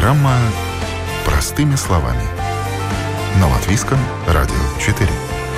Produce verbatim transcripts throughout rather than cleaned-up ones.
Программа «Простыми словами» на Латвийском радио четыре.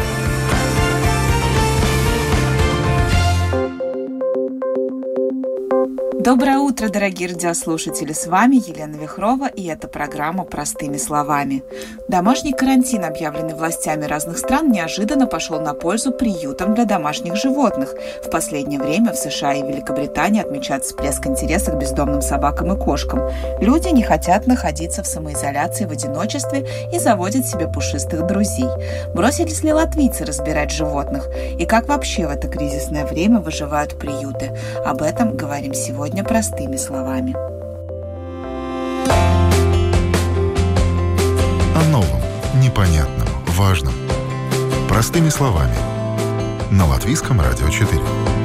Доброе утро, дорогие радиослушатели! С вами Елена Вихрова, и это программа «Простыми словами». Домашний карантин, объявленный властями разных стран, неожиданно пошел на пользу приютам для домашних животных. В последнее время в США и Великобритании отмечают всплеск интереса к бездомным собакам и кошкам. Люди не хотят находиться в самоизоляции в одиночестве и заводят себе пушистых друзей. Бросились ли латвийцы разбирать животных? И как вообще в это кризисное время выживают приюты? Об этом говорим сегодня простыми словами. О новом, непонятном, важном. Простыми словами. На Латвийском радио четыре.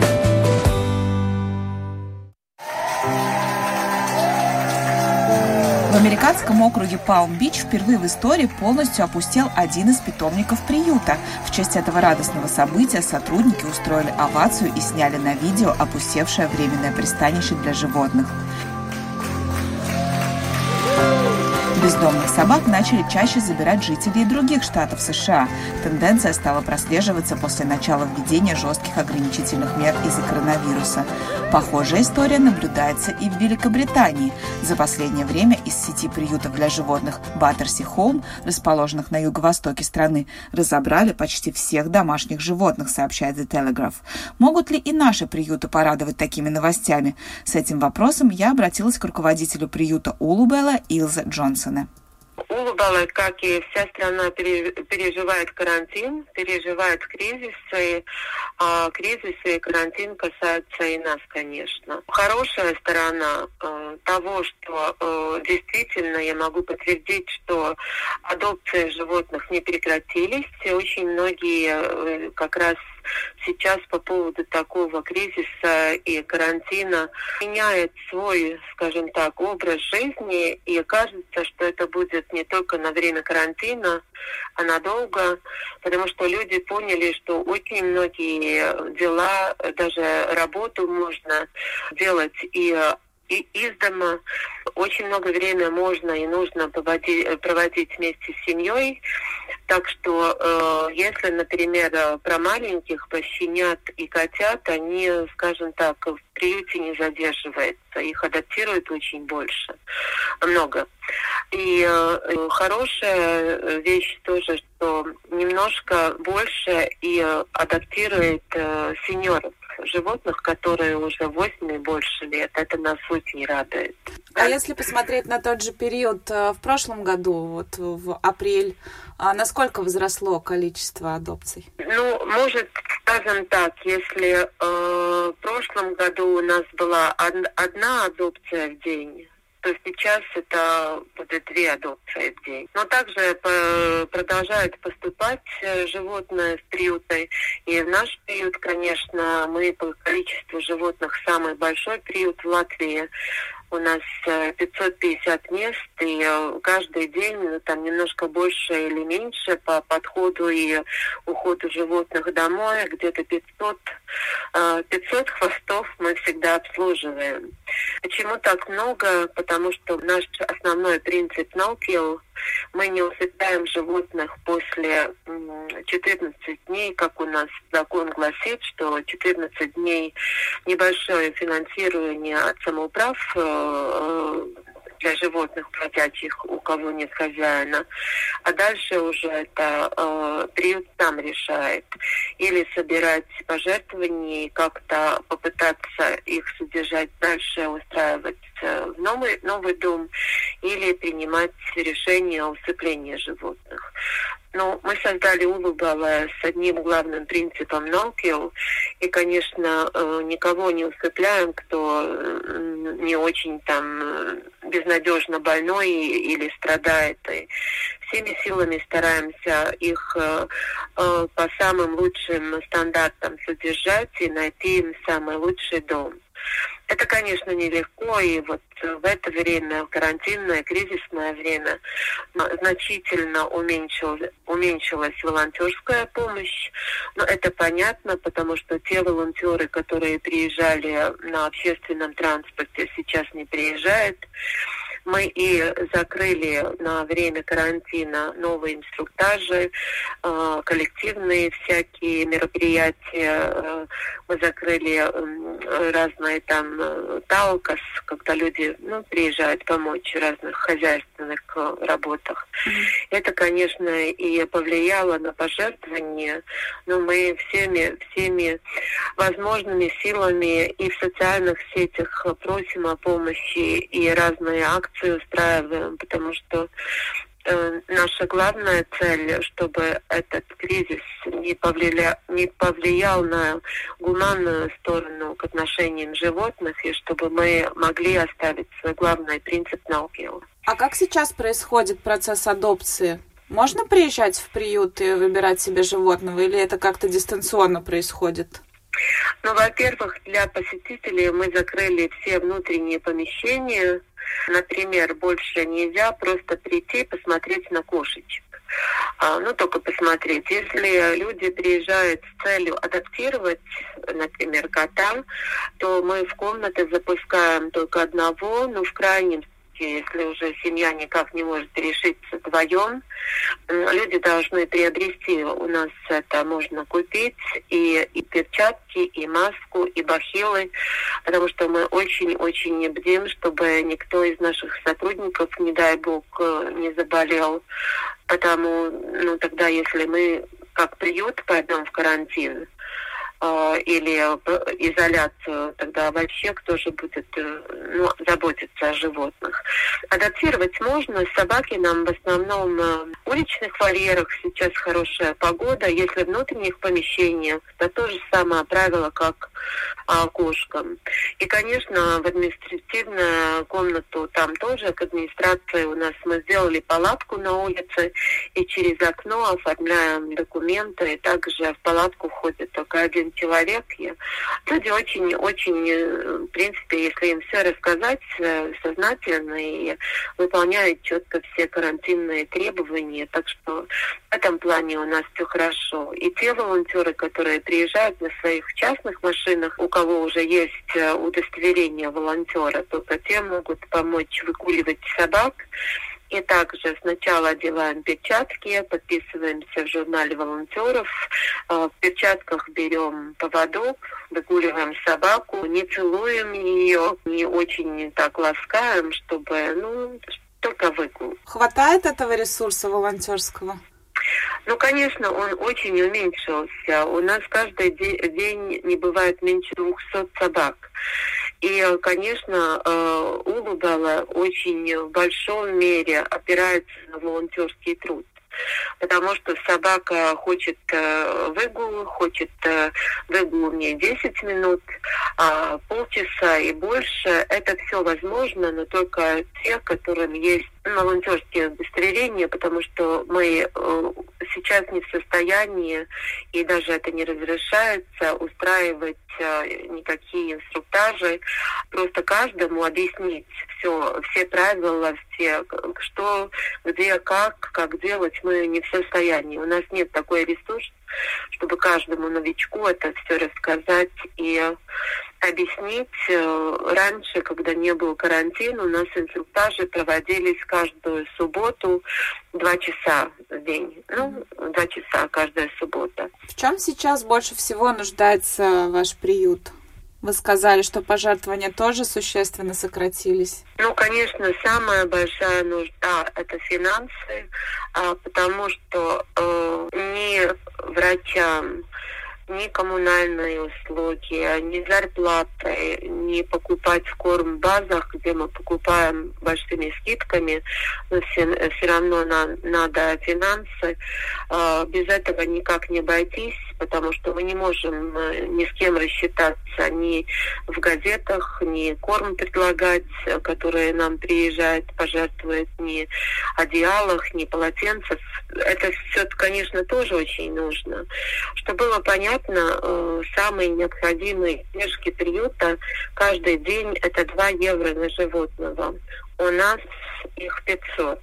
В американском округе Палм-Бич впервые в истории полностью опустел один из питомников приюта. В честь этого радостного события сотрудники устроили овацию и сняли на видео опустевшее временное пристанище для животных. Бездомных собак начали чаще забирать жители других штатов США. Тенденция стала прослеживаться после начала введения жестких ограничительных мер из-за коронавируса. Похожая история наблюдается и в Великобритании. За последнее время из сети приютов для животных Battersea Home, расположенных на юго-востоке страны, разобрали почти всех домашних животных, сообщает The Telegraph. Могут ли и наши приюты порадовать такими новостями? С этим вопросом я обратилась к руководителю приюта Улубела Илзе Джонсона. Улубела, как и вся страна, переживает карантин, переживает кризис, и а, кризис и карантин касаются и нас, конечно. Хорошая сторона а, того, что а, действительно я могу подтвердить, что адопции животных не прекратились, и очень многие а, как раз сейчас по поводу такого кризиса и карантина меняет свой, скажем так, образ жизни, и кажется, что это будет не только на время карантина, а надолго, потому что люди поняли, что очень многие дела, даже работу можно делать и И из дома. Очень много времени можно и нужно проводить, проводить вместе с семьей. Так что, э, если, например, про маленьких, про щенят и котят, они, скажем так, в приюте не задерживаются. Их адаптируют очень больше. Много. И э, хорошая вещь тоже, что немножко больше и адаптирует э, сеньоров, животных, которые уже восемь и больше лет. Это нас очень радует. А если посмотреть на тот же период в прошлом году, вот в апрель, насколько возросло количество адопций? Ну, может, скажем так, если э, в прошлом году у нас была од- одна адопция в день, то сейчас это будет две адопции в день. Но также по- продолжают поступать животные в приюты. И в наш приют, конечно, мы по количеству животных самый большой приют в Латвии. У нас пятьсот пятьдесят мест, и каждый день ну, там немножко больше или меньше по подходу и уходу животных домой, где-то пятьсот, пятьсот хвостов мы всегда обслуживаем. Почему так много? Потому что наш основной принцип no kill. Мы не усыпляем животных после четырнадцати дней, как у нас закон гласит, что четырнадцать дней небольшое финансирование от самоуправ для животных платящих, у кого нет хозяина. А дальше уже это э, приют сам решает. Или собирать пожертвования и как-то попытаться их содержать дальше, устраивать в новый, новый дом, или принимать решение о усыплении животных. Ну, мы создали Улубела с одним главным принципом no kill. И, конечно, никого не усыпляем, кто не очень там безнадежно больной или страдает. И всеми силами стараемся их по самым лучшим стандартам содержать и найти им самый лучший дом. Это, конечно, нелегко, и вот в это время, карантинное, кризисное время, значительно уменьшил, уменьшилась волонтерская помощь. Но это понятно, потому что те волонтеры, которые приезжали на общественном транспорте, сейчас не приезжают. Мы и закрыли на время карантина новые инструктажи, коллективные всякие мероприятия. Мы закрыли разные там таукас, когда люди ну, приезжают помочь в разных хозяйственных работах. Mm-hmm. Это, конечно, и повлияло на пожертвования, но мы всеми, всеми возможными силами и в социальных сетях просим о помощи и разные акции устраиваем, потому что э, наша главная цель, чтобы этот кризис не повлиял, не повлиял на гуманную сторону к отношениям животных, и чтобы мы могли оставить свой главный принцип науки. А как сейчас происходит процесс адопции? Можно приезжать в приют и выбирать себе животного, или это как-то дистанционно происходит? Ну, во-первых, для посетителей мы закрыли все внутренние помещения. Например, больше нельзя просто прийти и посмотреть на кошечек. А, ну, только посмотреть. Если люди приезжают с целью адаптировать, например, кота, то мы в комнаты запускаем только одного, ну, в крайнем случае, если уже семья никак не может решиться вдвоем, люди должны приобрести, у нас это можно купить, и, и перчатки, и маску, и бахилы, потому что мы очень-очень не бдим, чтобы никто из наших сотрудников, не дай бог, не заболел. Потому, ну, тогда, если мы как приют пойдем в карантин, или изоляцию, тогда вообще кто же будет ну, заботиться о животных. Адаптировать можно. Собаки нам в основном в уличных вольерах, сейчас хорошая погода. Если в внутренних помещениях, то то же самое правило, как а, кошкам. И, конечно, в административную комнату там тоже к администрации у нас мы сделали палатку на улице и через окно оформляем документы. И также в палатку входит только один человек. И люди очень-очень, в принципе, если им все рассказать сознательно и выполняют четко все карантинные требования. Так что в этом плане у нас все хорошо. И те волонтеры, которые приезжают на своих частных машинах, у кого уже есть удостоверение волонтера, только те могут помочь выгуливать собак. И также сначала одеваем перчатки, подписываемся в журнале волонтеров, в перчатках берем поводок, выгуливаем собаку, не целуем ее, не очень так ласкаем, чтобы, ну, только выгул. Хватает этого ресурса волонтерского? Ну, конечно, он очень уменьшился. У нас каждый день не бывает меньше двухсот собак. И, конечно, Улубала очень в большом мере опирается на волонтерский труд. Потому что собака хочет выгул, хочет выгул мне десять минут, полчаса и больше. Это все возможно, но только те, которым есть волонтерские удостоверения, потому что мы сейчас не в состоянии, и даже это не разрешается, устраивать никакие инструктажи, просто каждому объяснить все, все правила, все, что, где, как, как делать, мы не в состоянии. У нас нет такой ресурс, чтобы каждому новичку это все рассказать и объяснить. Раньше, когда не был карантин, у нас инструктажи проводились каждую субботу два часа в день. Ну, два часа каждая суббота. В чем сейчас больше всего нуждается ваш приют? Вы сказали, что пожертвования тоже существенно сократились. Ну, конечно, самая большая нужда – это финансы, потому что э, ни врачам, ни коммунальные услуги, ни зарплаты, ни покупать корм в базах, где мы покупаем большими скидками, но все, все равно на, надо финансы. Без этого никак не обойтись, потому что мы не можем ни с кем рассчитаться, ни в газетах, ни корм предлагать, который нам приезжает, пожертвует, ни одеялах, ни полотенцев. Это все, конечно, тоже очень нужно. Чтобы было понятно, самые необходимые издержки приюта каждый день это два евро на животного. У нас их пятьсот.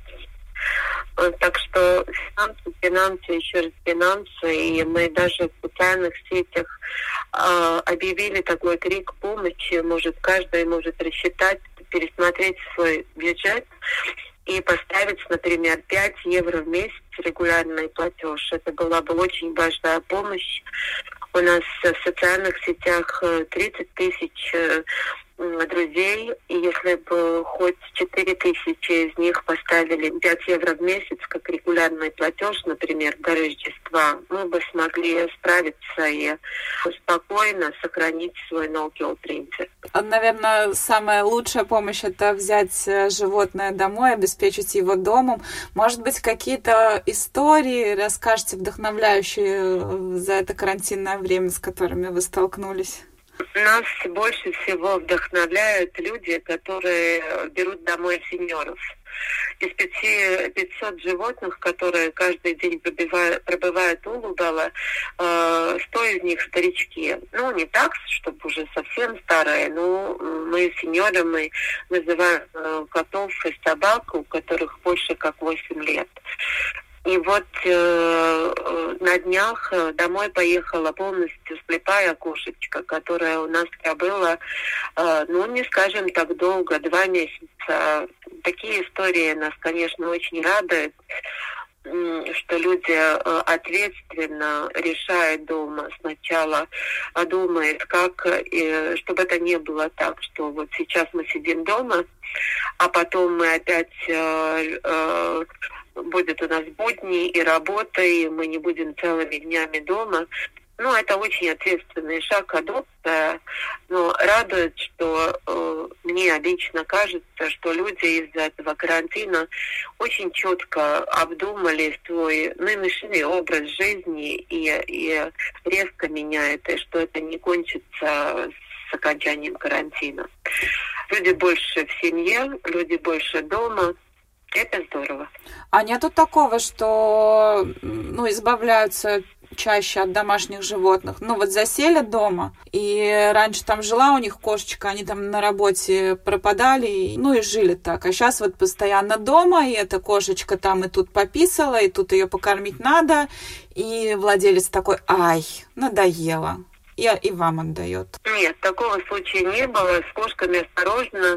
Так что финансы, финансы, еще раз финансы. И мы даже в социальных сетях э, объявили такой крик помощи. Может, каждый может рассчитать пересмотреть свой бюджет и поставить, например, пять евро в месяц регулярный платеж. Это была бы очень большая помощь. У нас в социальных сетях тридцать тысяч друзей, и если бы хоть четыре тысячи из них поставили пять евро в месяц как регулярный платеж, например, до Рождества, мы бы смогли справиться и спокойно сохранить свой no-kill принцип. Наверное, самая лучшая помощь – это взять животное домой, обеспечить его домом. Может быть, какие-то истории расскажете, вдохновляющие за это карантинное время, с которыми вы столкнулись? Нас больше всего вдохновляют люди, которые берут домой сеньоров. Из пятисот животных, которые каждый день пробивают, пробывают Улубелла, э, сто из них старички. Ну, не так, чтобы уже совсем старые, но мы сеньоры, мы называем э, котов и собак, у которых больше как восемь лет. И вот э, на днях домой поехала полностью слепая кошечка, которая у нас пробыла, э, ну, не скажем так долго, два месяца. Такие истории нас, конечно, очень радуют, что люди ответственно решают дома сначала, думают, как, чтобы это не было так, что вот сейчас мы сидим дома, а потом мы опять будет у нас будни и работа, и мы не будем целыми днями дома. Ну, это очень ответственный шаг, адопция, но радует, что э, мне лично кажется, что люди из-за этого карантина очень четко обдумали свой нынешний образ жизни и, и резко меняют, и что это не кончится с окончанием карантина. Люди больше в семье, люди больше дома. Это здорово. А нету такого, что ну, избавляются чаще от домашних животных? Ну вот засели дома, и раньше там жила у них кошечка, они там на работе пропадали, ну и жили так. А сейчас вот постоянно дома, и эта кошечка там и тут пописала, и тут ее покормить надо, и владелец такой: ай, надоело. И, и вам отдает. Нет, такого случая не было. С кошками осторожно.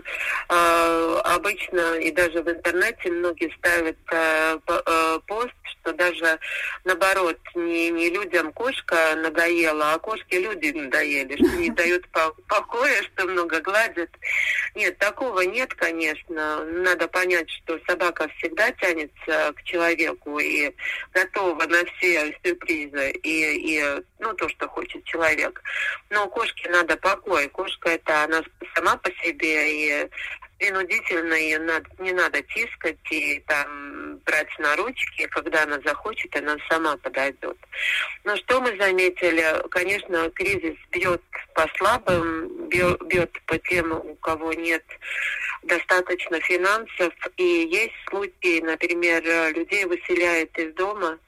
Э, обычно и даже в интернете многие ставят э, э, пост, что даже наоборот, не, не людям кошка надоела, а кошке люди надоели, что не дают покоя, что много гладят. Нет, такого нет, конечно. Надо понять, что собака всегда тянется к человеку и готова на все сюрпризы и, и ну, то, что хочет человек. Но кошке надо покой. Кошка это она сама по себе, и принудительно ее надо, не надо тискать и там брать на ручки. Когда она захочет, она сама подойдет. Но что мы заметили? Конечно, кризис бьет по слабым, бьет по тем, у кого нет достаточно финансов. И есть случаи, например, людей выселяют из дома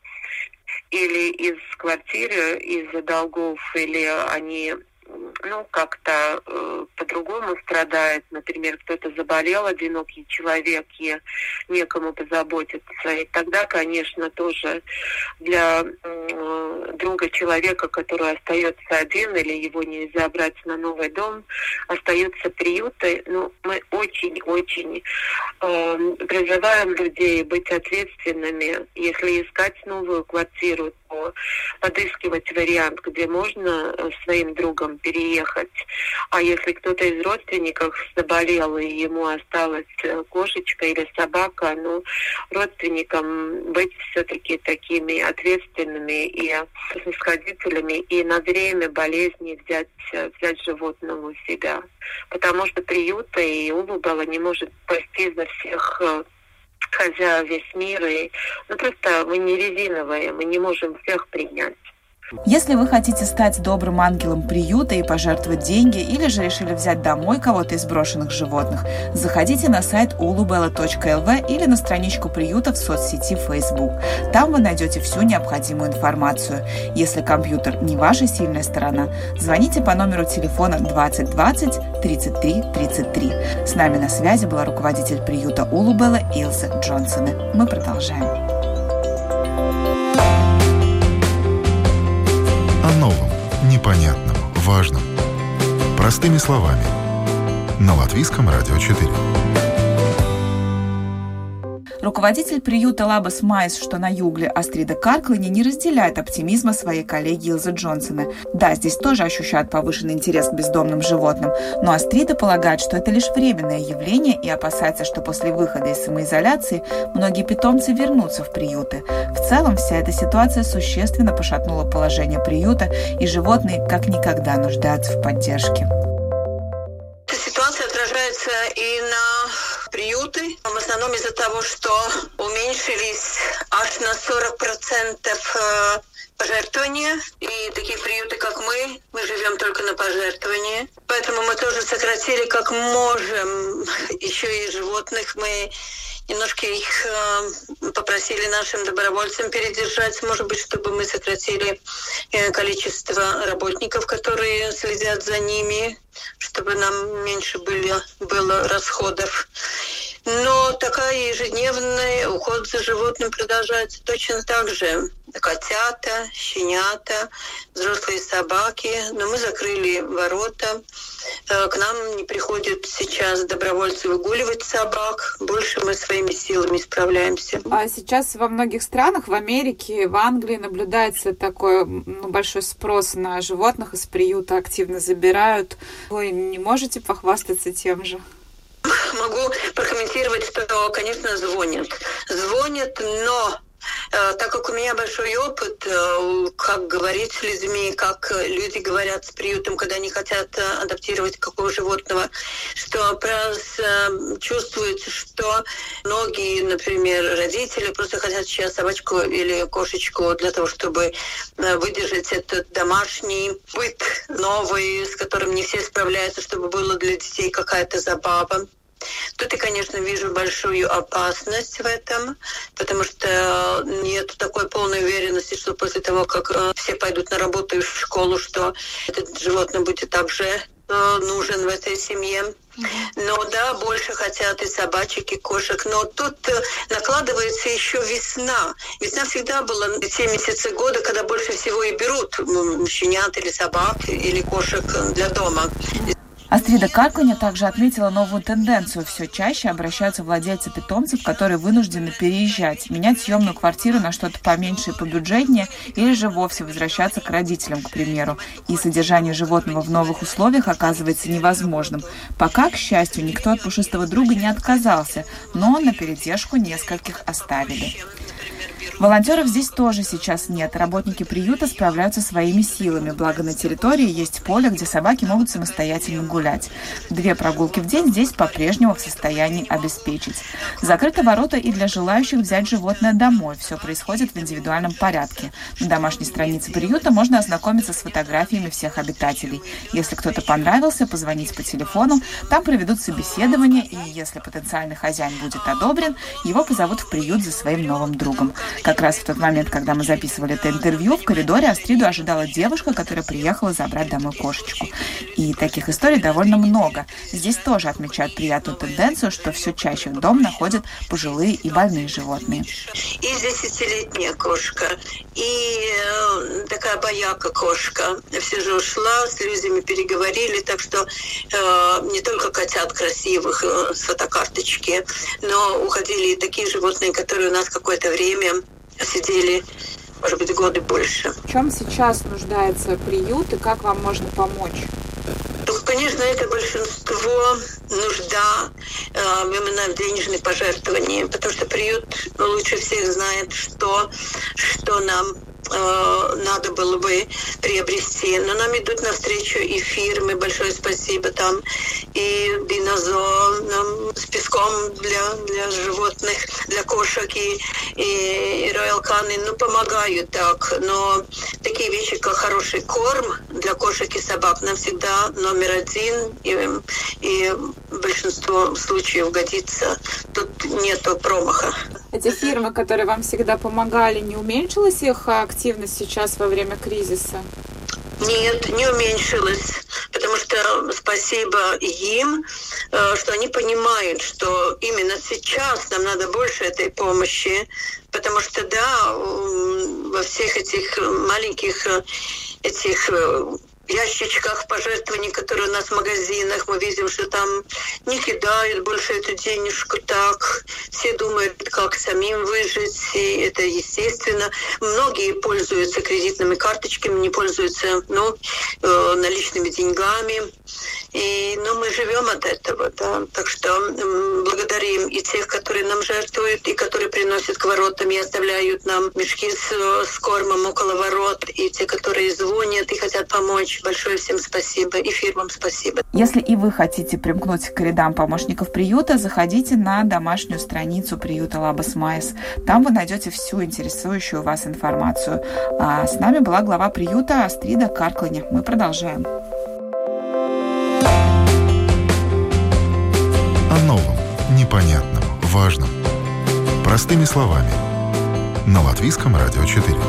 или из квартиры из-за долгов, или они ну, как-то э, по-другому страдают. Например, кто-то заболел, одинокий человек, и некому позаботиться. И тогда, конечно, тоже для э, друга человека, который остается один, или его нельзя брать на новый дом, остаются приюты. Ну, мы очень-очень э, призываем людей быть ответственными. Если искать новую квартиру, то подыскивать вариант, где можно своим другом переехать. А если кто-то из родственников заболел, и ему осталась кошечка или собака, ну, родственникам быть все-таки такими ответственными и снисходительными, и на время болезни взять, взять животного у себя. Потому что приюта и Улубелла не может спасти за всех хозяев весь мир. И, ну, просто мы не резиновые, мы не можем всех принять. Если вы хотите стать добрым ангелом приюта и пожертвовать деньги, или же решили взять домой кого-то из брошенных животных, заходите на сайт улубелла точка эл ви или на страничку приюта в соцсети Facebook. Там вы найдете всю необходимую информацию. Если компьютер не ваша сильная сторона, звоните по номеру телефона двадцать двадцать тридцать три тридцать три. С нами на связи была руководитель приюта Улубелла Илза Джонсона. Мы продолжаем. О новом, непонятном, важном. Простыми словами. на Латвийском радио четыре. Руководитель приюта Лабас Майс, что на Югле, Астрида Карклини, не разделяет оптимизма своей коллеги Илзы Джонсона. Да, здесь тоже ощущают повышенный интерес к бездомным животным, но Астрида полагает, что это лишь временное явление и опасается, что после выхода из самоизоляции многие питомцы вернутся в приюты. В целом, вся эта ситуация существенно пошатнула положение приюта, и животные как никогда нуждаются в поддержке. Эта ситуация отражается и на приюты, в основном из-за того, что уменьшились аж на сорок процентов пожертвования. И такие приюты, как мы, мы живем только на пожертвования. Поэтому мы тоже сократили как можем. Еще и животных мы немножко их э, попросили нашим добровольцам передержать, может быть, чтобы мы сократили э, количество работников, которые следят за ними, чтобы нам меньше было, было расходов. Но такая ежедневный уход за животным продолжается точно так же. Котята, щенята, взрослые собаки. Но мы закрыли ворота. К нам не приходят сейчас добровольцы выгуливать собак. Больше мы своими силами справляемся. А сейчас во многих странах, в Америке, в Англии наблюдается такой ну, большой спрос на животных из приюта, активно забирают. Вы не можете похвастаться тем же? Могу прокомментировать, что, конечно, звонят. Звонят, но э, так как у меня большой опыт, э, как говорить с людьми, как люди говорят с приютом, когда они хотят э, адаптировать какого животного, что просто э, чувствуется, что многие, например, родители просто хотят сейчас собачку или кошечку для того, чтобы э, выдержать этот домашний быт новый, с которым не все справляются, чтобы было для детей какая-то забава. Тут я, конечно, вижу большую опасность в этом, потому что нет такой полной уверенности, что после того, как э, все пойдут на работу и в школу, что этот животное будет также э, нужен в этой семье. Но да, больше хотят и собачек, и кошек. Но тут э, накладывается еще весна. Весна всегда была те месяцы года, когда больше всего и берут ну, щенят или собак, или кошек для дома. Астрида Карклини также отметила новую тенденцию. Все чаще обращаются владельцы питомцев, которые вынуждены переезжать, менять съемную квартиру на что-то поменьше и побюджетнее, или же вовсе возвращаться к родителям, к примеру. И содержание животного в новых условиях оказывается невозможным. Пока, к счастью, никто от пушистого друга не отказался, но на передержку нескольких оставили. Волонтеров здесь тоже сейчас нет. Работники приюта справляются своими силами, благо на территории есть поле, где собаки могут самостоятельно гулять. Две прогулки в день здесь по-прежнему в состоянии обеспечить. Закрыты ворота и для желающих взять животное домой. Все происходит в индивидуальном порядке. На домашней странице приюта можно ознакомиться с фотографиями всех обитателей. Если кто-то понравился, позвонить по телефону. Там проведут собеседование, и если потенциальный хозяин будет одобрен, его позовут в приют за своим новым другом. Как раз в тот момент, когда мы записывали это интервью, в коридоре Астриду ожидала девушка, которая приехала забрать домой кошечку. И таких историй довольно много. Здесь тоже отмечают приятную тенденцию, что все чаще в дом находят пожилые и больные животные. И десятилетняя кошка, и э, такая бояка кошка. Все же ушла, с людьми переговорили, так что э, не только котят красивых э, с фотокарточки, но уходили и такие животные, которые у нас какое-то время сидели, может быть, годы больше. В чем сейчас нуждается приют и как вам можно помочь? Ну, конечно, это большинство нужда э, именно в денежные пожертвования, потому что приют лучше всех знает, что, что нам э, надо было бы приобрести. Но нам идут навстречу и фирмы, большое спасибо, там и Бинозол, нам с песком для, для животных, для кошек, и, и, и Royal Canin, ну, помогают так. Но такие вещи, как хороший корм для кошек и собак, нам всегда номер один, и, и большинство случаев годится. Тут нету промаха. Эти фирмы, которые вам всегда помогали, не уменьшилась их активность сейчас во время кризиса? Нет, не уменьшилась, потому что спасибо им, что они понимают, что именно сейчас нам надо больше этой помощи, потому что, да, во всех этих маленьких этих ящичках пожертвований, которые у нас в магазинах, мы видим, что там не кидают больше эту денежку так. Все думают, как самим выжить, и это естественно. Многие пользуются кредитными карточками, не пользуются ну, наличными деньгами. И, ну, мы живем от этого, да. Так что м, благодарим и тех, которые нам жертвуют, и которые приносят к воротам и оставляют нам мешки с, с кормом около ворот, и те, которые звонят и хотят помочь. Большое всем спасибо, и фирмам спасибо. Если и вы хотите примкнуть к рядам помощников приюта, заходите на домашнюю страницу приюта Лабас Майас. Там вы найдете всю интересующую вас информацию. А с нами была глава приюта Астрида Карклине. Мы продолжаем. О новом, непонятном, важном. Простыми словами. На Латвийском радио четыре.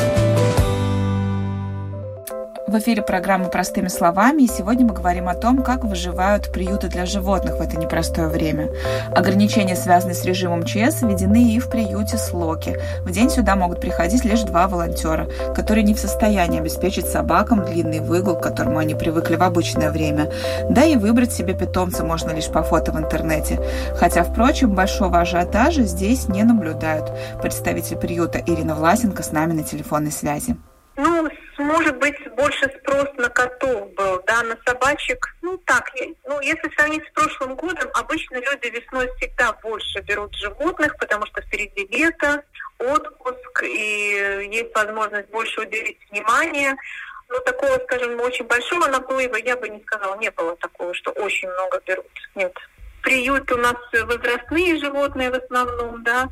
В эфире программа «Простыми словами», и сегодня мы говорим о том, как выживают приюты для животных в это непростое время. Ограничения, связанные с режимом ЧС, введены и в приюте Слоки. В день сюда могут приходить лишь два волонтера, которые не в состоянии обеспечить собакам длинный выгул, к которому они привыкли в обычное время. Да и выбрать себе питомца можно лишь по фото в интернете. Хотя, впрочем, большого ажиотажа здесь не наблюдают. Представитель приюта Ирина Власенко с нами на телефонной связи. Ну, может быть, больше спрос на котов был, да, на собачек. Ну, так, ну, если сравнить с прошлым годом, обычно люди весной всегда больше берут животных, потому что впереди лето, отпуск, и есть возможность больше уделить внимания. Но такого, скажем, очень большого наплыва, я бы не сказала, не было такого, что очень много берут. Нет. Приют у нас возрастные животные в основном, да,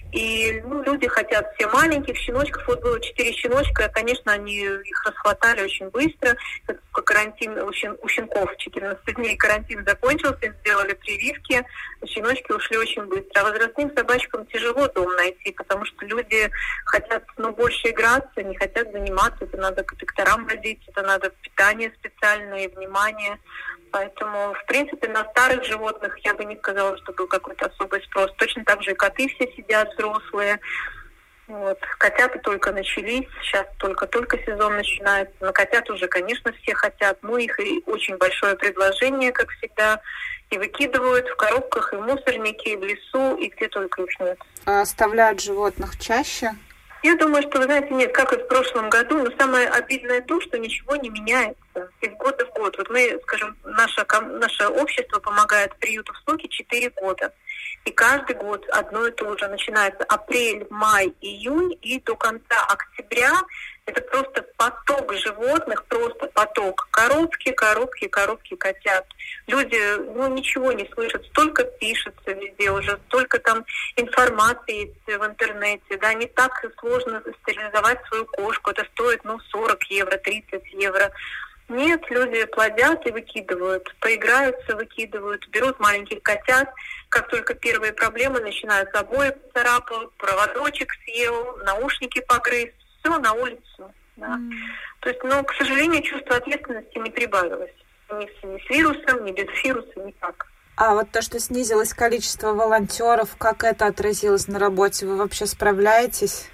и ну, люди хотят все маленьких щеночков. Вот было четыре щеночка, конечно, они их расхватали очень быстро. Как карантин у, щен, у щенков четырнадцать дней карантин закончился, сделали прививки, щеночки ушли очень быстро. А возрастным собачкам тяжело дом найти, потому что люди хотят ну, больше играться, не хотят заниматься, это надо к докторам водить, это надо питание специальное и внимание. Поэтому, в принципе, на старых животных я бы не сказала, что был какой-то особый спрос. Точно так же и коты все сидят, взрослые. Вот. Котята только начались, сейчас только-только сезон начинается. Но котят уже, конечно, все хотят. Ну, их и очень большое предложение, как всегда. И выкидывают в коробках, и в мусорнике, и в лесу, и где только их нет. А оставляют животных чаще? Я думаю, что, вы знаете, нет, как и в прошлом году, но самое обидное то, что ничего не меняется из года в год. Вот мы, скажем, наше, наше общество помогает приюту в Слоки четыре года. И каждый год одно и то же. Начинается апрель, май, июнь, и до конца октября это просто поток животных, просто поток. Коробки, коробки, коробки котят. Люди ну, ничего не слышат, столько пишется везде уже, столько там информации есть в интернете. Да, не так сложно стерилизовать свою кошку. Это стоит ну, сорок евро, тридцать евро. Нет, люди плодят и выкидывают, поиграются, выкидывают, берут маленьких котят. Как только первые проблемы начинаются, обои поцарапал, проводочек съел, наушники погрыз, все на улицу. Да. Mm. То есть, ну, к сожалению, чувство ответственности не прибавилось. Ни с, ни с вирусом, ни без вируса, никак. А вот то, что снизилось количество волонтеров, как это отразилось на работе? Вы вообще справляетесь?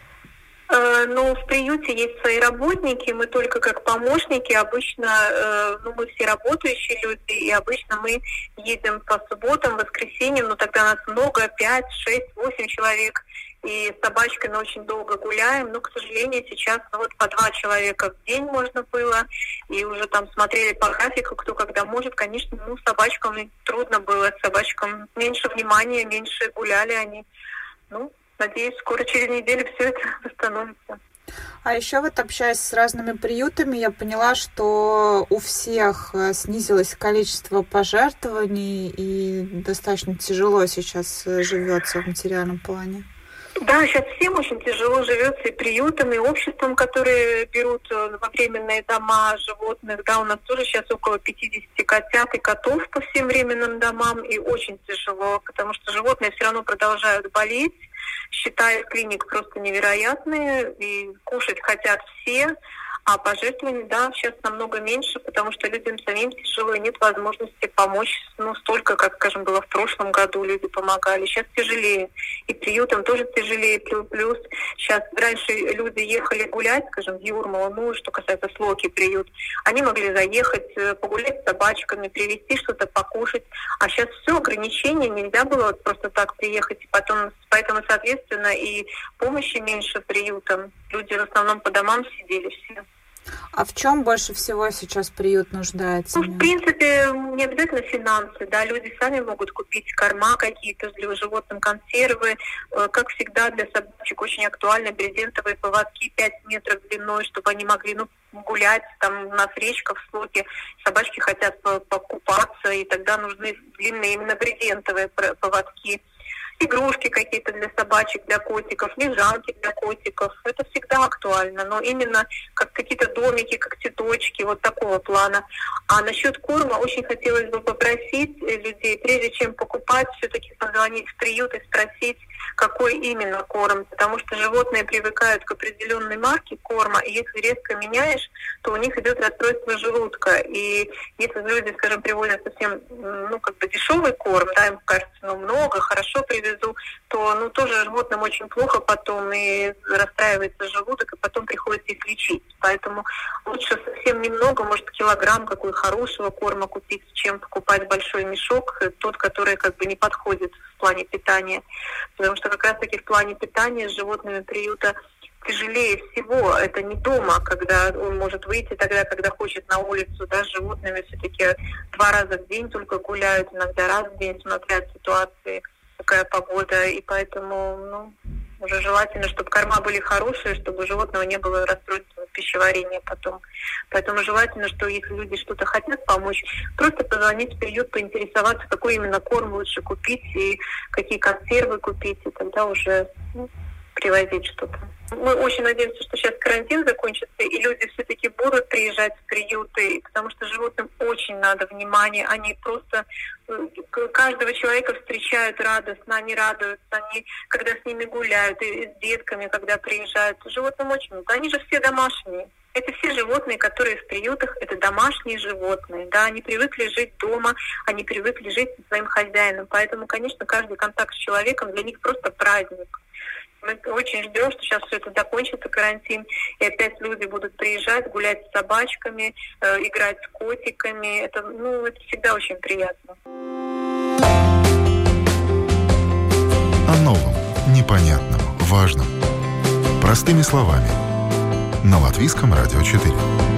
Ну, в приюте есть свои работники, мы только как помощники, обычно, ну, мы все работающие люди, и обычно мы едем по субботам, воскресеньям, но тогда нас много, пять, шесть, восемь человек, и с собачками очень долго гуляем, но, к сожалению, сейчас ну, вот по два человека в день можно было, и уже там смотрели по графику, кто когда может, конечно, ну, собачкам трудно было, собачкам меньше внимания, меньше гуляли они, ну, надеюсь, скоро через неделю все это восстановится. А еще вот общаясь с разными приютами, я поняла, что у всех снизилось количество пожертвований и достаточно тяжело сейчас живется в материальном плане. Да, сейчас всем очень тяжело живется и приютам, и обществам, которые берут во временные дома животных. Да, у нас тоже сейчас около пятьдесят котят и котов по всем временным домам, и очень тяжело, потому что животные все равно продолжают болеть. Считаю клиник просто невероятные, и кушать хотят все, А пожертвований, да, сейчас намного меньше, потому что людям самим тяжело, и нет возможности помочь, ну, столько, как, скажем, было в прошлом году, люди помогали. Сейчас тяжелее. И приютам тоже тяжелее. Плюс сейчас раньше люди ехали гулять, скажем, в Юрмалу, ну, что касается Слоки приют, они могли заехать, погулять с собачками, привезти что-то покушать. А сейчас все, ограничения, нельзя было вот просто так приехать. И потом, поэтому, соответственно, и помощи меньше приютам. Люди в основном по домам сидели все. А в чем больше всего сейчас приют нуждается? Ну, в принципе, не обязательно финансы, да, люди сами могут купить корма какие-то для животным, консервы. Как всегда, для собачек очень актуальны брезентовые поводки пять метров длиной, чтобы они могли, ну, гулять, там у нас речка в Слоке, собачки хотят покупаться, и тогда нужны длинные именно брезентовые поводки. Игрушки какие-то для собачек, для котиков, лежанки для котиков. Это всегда актуально, но именно как какие-то домики, как цветочки, вот такого плана. А насчет корма очень хотелось бы попросить людей, прежде чем покупать, все-таки позвонить в приют и спросить, какой именно корм, потому что животные привыкают к определенной марке корма, и если резко меняешь, то у них идет расстройство желудка. И если люди, скажем, привозят совсем, ну, как бы дешевый корм, да, им кажется, ну, много, хорошо привезу, то, ну, тоже животным очень плохо потом, и расстраивается желудок, и потом приходится их лечить. Поэтому лучше совсем немного, может, килограмм какой хорошего корма купить, чем покупать большой мешок, тот, который как бы не подходит в плане питания. Потому что как раз-таки в плане питания с животными приюта тяжелее всего. Это не дома, когда он может выйти тогда, когда хочет на улицу, да, с животными все-таки два раза в день только гуляют, иногда раз в день, смотря от ситуации, какая погода, и поэтому, ну, уже желательно, чтобы корма были хорошие, чтобы у животного не было расстройства пищеварения потом. Поэтому желательно, что если люди что-то хотят помочь, просто позвонить в приют, поинтересоваться, какой именно корм лучше купить и какие консервы купить, и тогда уже, ну, привозить что-то. Мы очень надеемся, что сейчас карантин закончится, и люди все-таки будут приезжать в приюты, потому что животным очень надо внимание. Они просто каждого человека встречают радостно, они радуются, они, когда с ними гуляют, и с детками, когда приезжают. Животным очень много. Они же все домашние. Это все животные, которые в приютах, это домашние животные. Да, они привыкли жить дома, они привыкли жить со своим хозяином. Поэтому, конечно, каждый контакт с человеком для них просто праздник. Мы очень ждем, что сейчас все это закончится, карантин, и опять люди будут приезжать, гулять с собачками, э, играть с котиками. Это, ну, это всегда очень приятно. О новом, непонятном, важном. Простыми словами. На Латвийском радио четыре.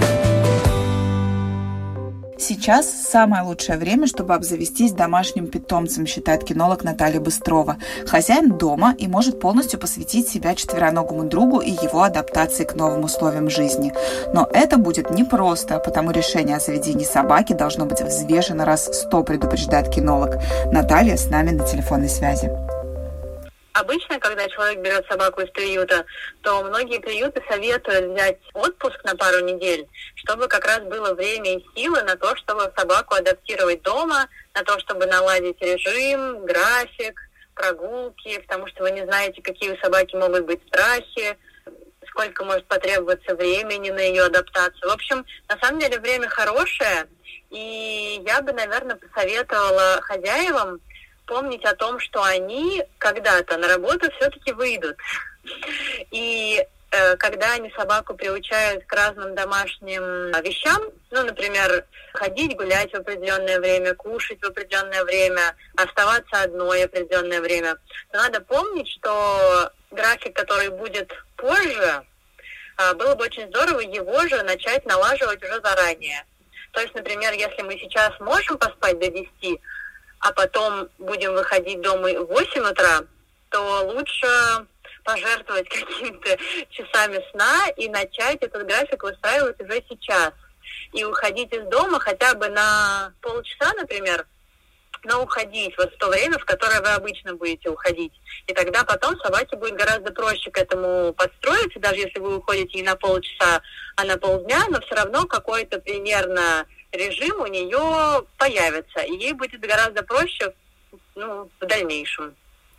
Сейчас самое лучшее время, чтобы обзавестись домашним питомцем, считает кинолог Наталья Быстрова. Хозяин дома и может полностью посвятить себя четвероногому другу и его адаптации к новым условиям жизни. Но это будет непросто, потому решение о заведении собаки должно быть взвешено раз сто, предупреждает кинолог. Наталья с нами на телефонной связи. Обычно, когда человек берет собаку из приюта, то многие приюты советуют взять отпуск на пару недель, чтобы как раз было время и силы на то, чтобы собаку адаптировать дома, на то, чтобы наладить режим, график, прогулки, потому что вы не знаете, какие у собаки могут быть страхи, сколько может потребоваться времени на ее адаптацию. В общем, на самом деле время хорошее, и я бы, наверное, посоветовала хозяевам помнить о том, что они когда-то на работу все-таки выйдут. И э, когда они собаку приучают к разным домашним вещам, ну, например, ходить, гулять в определенное время, кушать в определенное время, оставаться одной в определенное время, то надо помнить, что график, который будет позже, э, было бы очень здорово его же начать налаживать уже заранее. То есть, например, если мы сейчас можем поспать до десяти, а потом будем выходить дома в восемь утра, то лучше пожертвовать какими-то часами сна и начать этот график выстраивать уже сейчас. И уходить из дома хотя бы на полчаса, например, но уходить вот в то время, в которое вы обычно будете уходить. И тогда потом собаке будет гораздо проще к этому подстроиться, даже если вы уходите не на полчаса, а на полдня, но все равно какой-то примерно режим у нее появится, и ей будет гораздо проще, ну, в дальнейшем.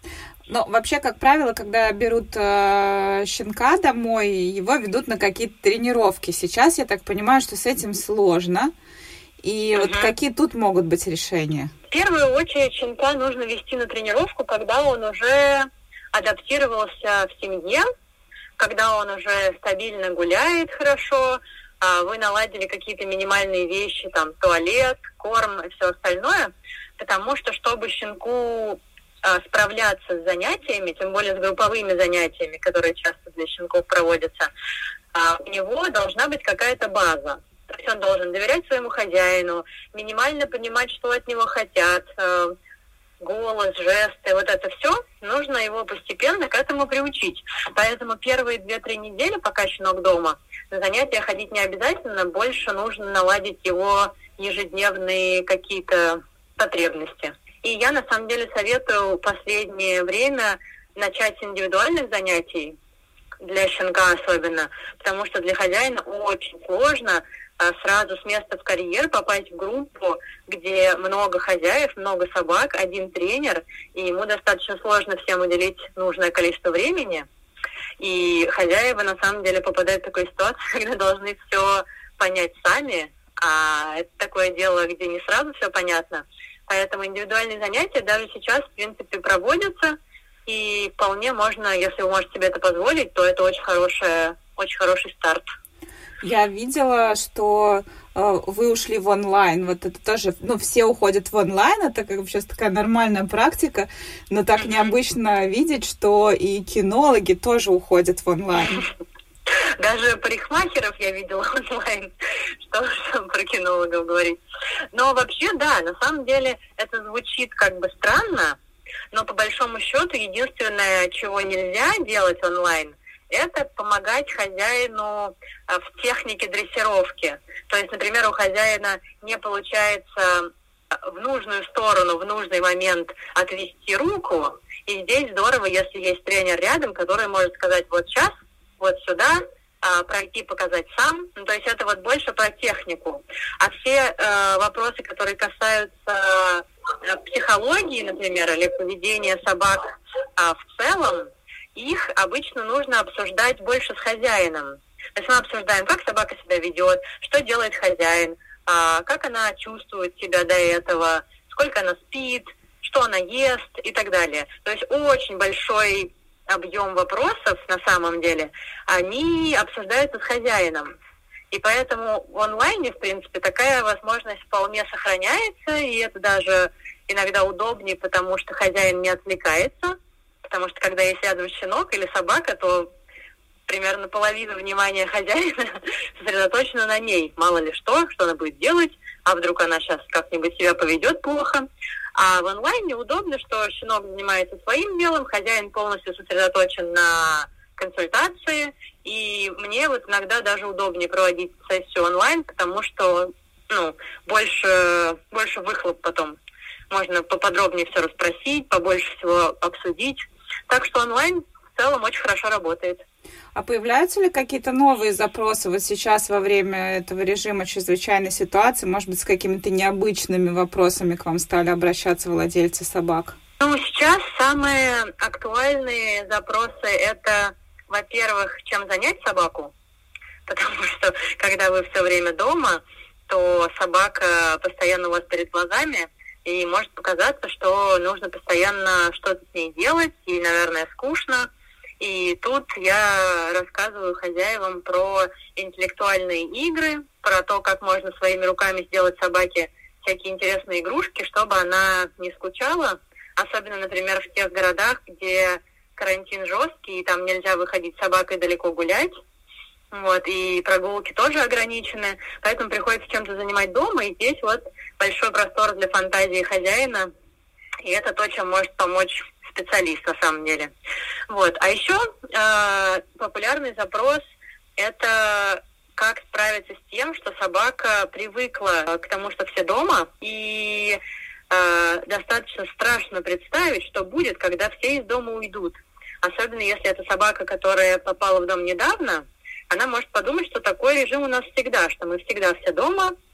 Но вообще, как правило, когда берут э, щенка домой, его ведут на какие-то тренировки. Сейчас я так понимаю, что с этим сложно. И угу. вот какие тут могут быть решения? В первую очередь щенка нужно вести на тренировку, когда он уже адаптировался в семье, когда он уже стабильно гуляет хорошо, вы наладили какие-то минимальные вещи, там, туалет, корм и все остальное, потому что, чтобы щенку справляться с занятиями, тем более с групповыми занятиями, которые часто для щенков проводятся, у него должна быть какая-то база. То есть он должен доверять своему хозяину, минимально понимать, что от него хотят, голос, жесты, вот это все, нужно его постепенно к этому приучить. Поэтому первые две-три недели, пока щенок дома, на занятия ходить не обязательно, больше нужно наладить его ежедневные какие-то потребности. И я, на самом деле, советую в последнее время начать с индивидуальных занятий, для щенка особенно, потому что для хозяина очень сложно сразу с места в карьер попасть в группу, где много хозяев, много собак, один тренер, и ему достаточно сложно всем уделить нужное количество времени. И хозяева на самом деле попадают в такую ситуацию, когда должны все понять сами, а это такое дело, где не сразу все понятно. Поэтому индивидуальные занятия даже сейчас, в принципе, проводятся, и вполне можно, если вы можете себе это позволить, то это очень хорошая, очень хороший старт. Я видела, что э, вы ушли в онлайн. Вот это тоже, ну, все уходят в онлайн, это как бы сейчас такая нормальная практика, но так mm-hmm. необычно видеть, что и кинологи тоже уходят в онлайн. Даже парикмахеров я видела онлайн, что, что про кинологов говорить. Но вообще, да, на самом деле это звучит как бы странно, но по большому счету единственное, чего нельзя делать онлайн, это помогать хозяину в технике дрессировки. То есть, например, у хозяина не получается в нужную сторону, в нужный момент отвести руку, и здесь здорово, если есть тренер рядом, который может сказать вот сейчас, вот сюда, пройти, показать сам. Ну, то есть это вот больше про технику. А все э, вопросы, которые касаются э, психологии, например, или поведения собак э, в целом, их обычно нужно обсуждать больше с хозяином. То есть мы обсуждаем, как собака себя ведет, что делает хозяин, э, как она чувствует себя до этого, сколько она спит, что она ест и так далее. То есть очень большой объем вопросов, на самом деле, они обсуждаются с хозяином. И поэтому в онлайне, в принципе, такая возможность вполне сохраняется, и это даже иногда удобнее, потому что хозяин не отвлекается, потому что когда есть рядом щенок или собака, то примерно половина внимания хозяина сосредоточена на ней. Мало ли что, что она будет делать, а вдруг она сейчас как-нибудь себя поведет плохо. А в онлайне удобно, что щенок занимается своим делом, хозяин полностью сосредоточен на консультации, и мне вот иногда даже удобнее проводить сессию онлайн, потому что ну, больше, больше выхлоп потом. Можно поподробнее все расспросить, побольше всего обсудить. Так что онлайн в целом очень хорошо работает. А появляются ли какие-то новые запросы вот сейчас во время этого режима чрезвычайной ситуации? Может быть, с какими-то необычными вопросами к вам стали обращаться владельцы собак? Ну, сейчас самые актуальные запросы – это, во-первых, чем занять собаку, потому что, когда вы все время дома, то собака постоянно у вас перед глазами, и может показаться, что нужно постоянно что-то с ней делать, и, наверное, скучно. И тут я рассказываю хозяевам про интеллектуальные игры, про то, как можно своими руками сделать собаке всякие интересные игрушки, чтобы она не скучала. Особенно, например, в тех городах, где карантин жесткий, и там нельзя выходить с собакой далеко гулять. Вот, и прогулки тоже ограничены, поэтому приходится чем-то занимать дома, и здесь вот большой простор для фантазии хозяина, и это то, чем может помочь специалист на самом деле. Вот. А еще э, популярный запрос – это как справиться с тем, что собака привыкла к тому, что все дома, и э, достаточно страшно представить, что будет, когда все из дома уйдут. Особенно если это собака, которая попала в дом недавно, она может подумать, что такой режим у нас всегда, что мы всегда все дома,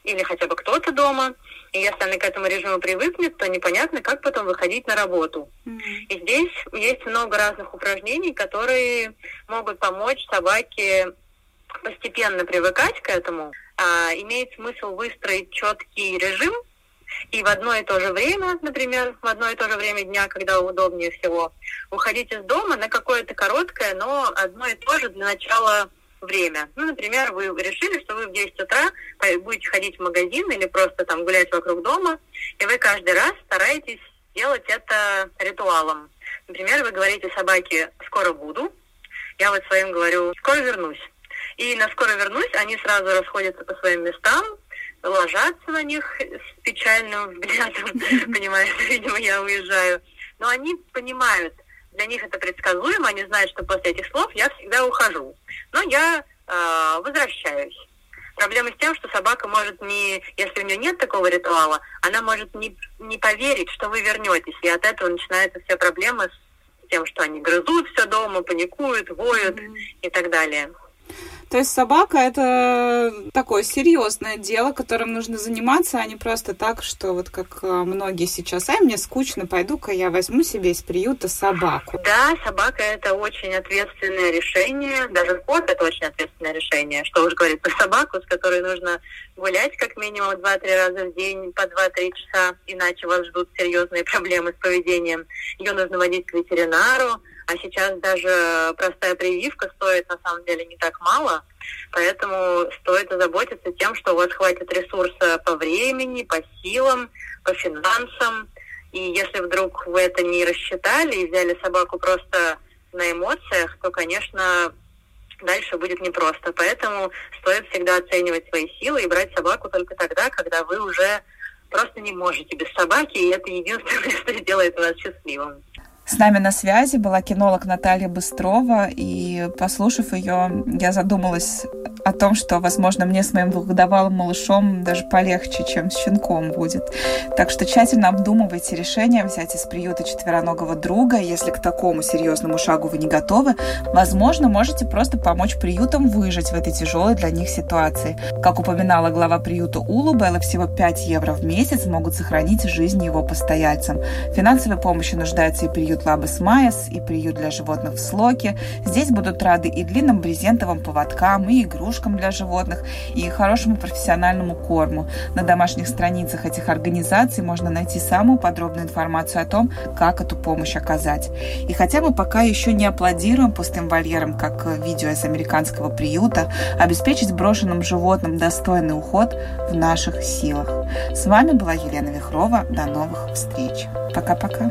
или хотя бы кто-то дома. И если она к этому режиму привыкнет, то непонятно, как потом выходить на работу. Mm-hmm. И здесь есть много разных упражнений, которые могут помочь собаке постепенно привыкать к этому. А, имеет смысл выстроить четкий режим, и в одно и то же время, например, в одно и то же время дня, когда удобнее всего, уходить из дома на какое-то короткое, но одно и то же для начала время. Ну, например, вы решили, что вы в десять утра будете ходить в магазин или просто там гулять вокруг дома, и вы каждый раз стараетесь делать это ритуалом. Например, вы говорите собаке «скоро буду», я вот своим говорю «скоро вернусь». И на «скоро вернусь» они сразу расходятся по своим местам, ложатся на них с печальным взглядом, понимаешь, видимо, я уезжаю. Но они понимают, для них это предсказуемо, они знают, что после этих слов я всегда ухожу. Но я э, возвращаюсь. Проблема с тем, что собака может не, если у нее нет такого ритуала, она может не, не поверить, что вы вернетесь. И от этого начинаются все проблемы с тем, что они грызут все дома, паникуют, воют mm-hmm. и так далее. То есть собака — это такое серьезное дело, которым нужно заниматься, а не просто так, что вот как многие сейчас, ай, мне скучно, пойду-ка я возьму себе из приюта собаку. Да, собака — это очень ответственное решение, даже кот — это очень ответственное решение, что уж говорить про собаку, с которой нужно гулять как минимум два-три раза в день по два-три часа, иначе вас ждут серьезные проблемы с поведением. Ее нужно водить к ветеринару, а сейчас даже простая прививка стоит на самом деле не так мало, поэтому стоит озаботиться тем, что у вас хватит ресурса по времени, по силам, по финансам. И если вдруг вы это не рассчитали и взяли собаку просто на эмоциях, то, конечно, дальше будет непросто. Поэтому стоит всегда оценивать свои силы и брать собаку только тогда, когда вы уже просто не можете без собаки, и это единственное, что делает вас счастливым. С нами на связи была кинолог Наталья Быстрова, и, послушав ее, я задумалась о том, что, возможно, мне с моим двухгодовалым малышом даже полегче, чем с щенком будет. Так что тщательно обдумывайте решение взять из приюта четвероногого друга. Если к такому серьезному шагу вы не готовы, возможно, можете просто помочь приютам выжить в этой тяжелой для них ситуации. Как упоминала глава приюта Улу, Белла, всего пять евро в месяц могут сохранить жизнь его постояльцам. В финансовой помощи нуждается и приют Лабас Майас, и приют для животных в Слоке. Здесь будут рады и длинным брезентовым поводкам, и игрушкам для животных, и хорошему профессиональному корму. На домашних страницах этих организаций можно найти самую подробную информацию о том, как эту помощь оказать. И хотя мы пока еще не аплодируем пустым вольерам, как видео из американского приюта, обеспечить брошенным животным достойный уход в наших силах. С вами была Елена Вихрова. До новых встреч. Пока-пока.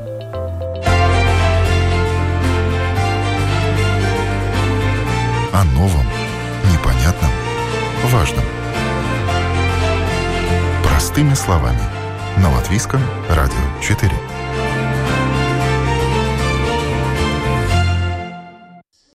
О новом, непонятном, важном. Простыми словами. На Латвийском радио четыре.